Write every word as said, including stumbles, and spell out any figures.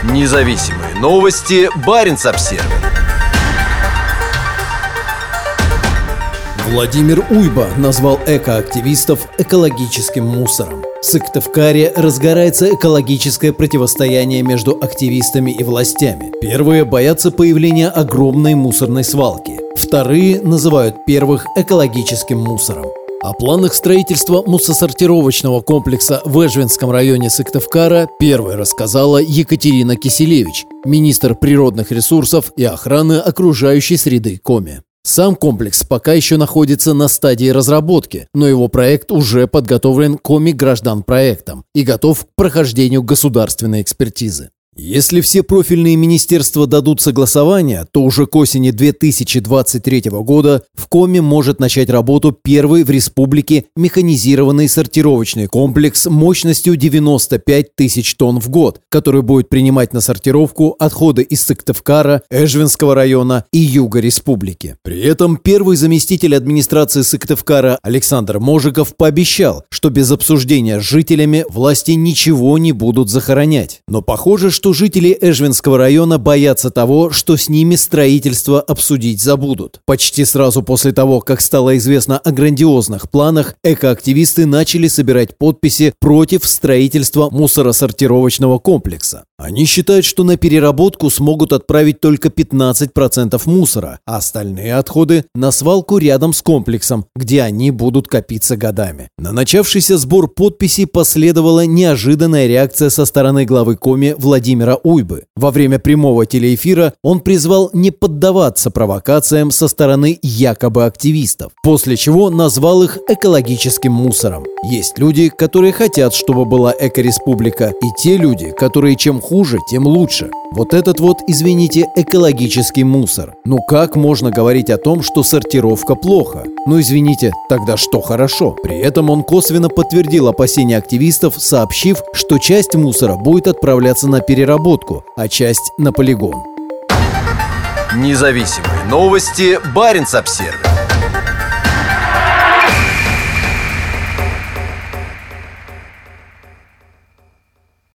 Независимые новости. Баренц-Обсервис. Владимир Уйба назвал экоактивистов экологическим мусором. В Сыктывкаре разгорается экологическое противостояние между активистами и властями. Первые боятся появления огромной мусорной свалки. Вторые называют первых экологическим мусором. О планах строительства мусосортировочного комплекса в Эжвинском районе Сыктывкара первой рассказала Екатерина Киселевич, министр природных ресурсов и охраны окружающей среды Коми. Сам комплекс пока еще находится на стадии разработки, но его проект уже подготовлен Коми-гражданпроектом и готов к прохождению государственной экспертизы. Если все профильные министерства дадут согласование, то уже к осени две тысячи двадцать третьего года в Коми может начать работу первый в республике механизированный сортировочный комплекс мощностью девяносто пять тысяч тонн в год, который будет принимать на сортировку отходы из Сыктывкара, Эжвинского района и юга республики. При этом первый заместитель администрации Сыктывкара Александр Можиков пообещал, что без обсуждения с жителями власти ничего не будут захоронять. Но похоже, что что жители Эжвинского района боятся того, что с ними строительство обсудить забудут. Почти сразу после того, как стало известно о грандиозных планах, экоактивисты начали собирать подписи против строительства мусоросортировочного комплекса. Они считают, что на переработку смогут отправить только пятнадцать процентов мусора, а остальные отходы на свалку рядом с комплексом, где они будут копиться годами. На начавшийся сбор подписей последовала неожиданная реакция со стороны главы Коми Владимира Уйбы. Во время прямого телеэфира он призвал не поддаваться провокациям со стороны якобы активистов, после чего назвал их экологическим мусором. Есть люди, которые хотят, чтобы была экореспублика, и те люди, которые чем хуже, тем лучше. Вот этот вот, извините, экологический мусор. Ну как можно говорить о том, что сортировка плохо? Ну извините, тогда что хорошо? При этом он косвенно подтвердил опасения активистов, сообщив, что часть мусора будет отправляться на переработку, а часть на полигон. Независимые новости. Баренц-Обсервис.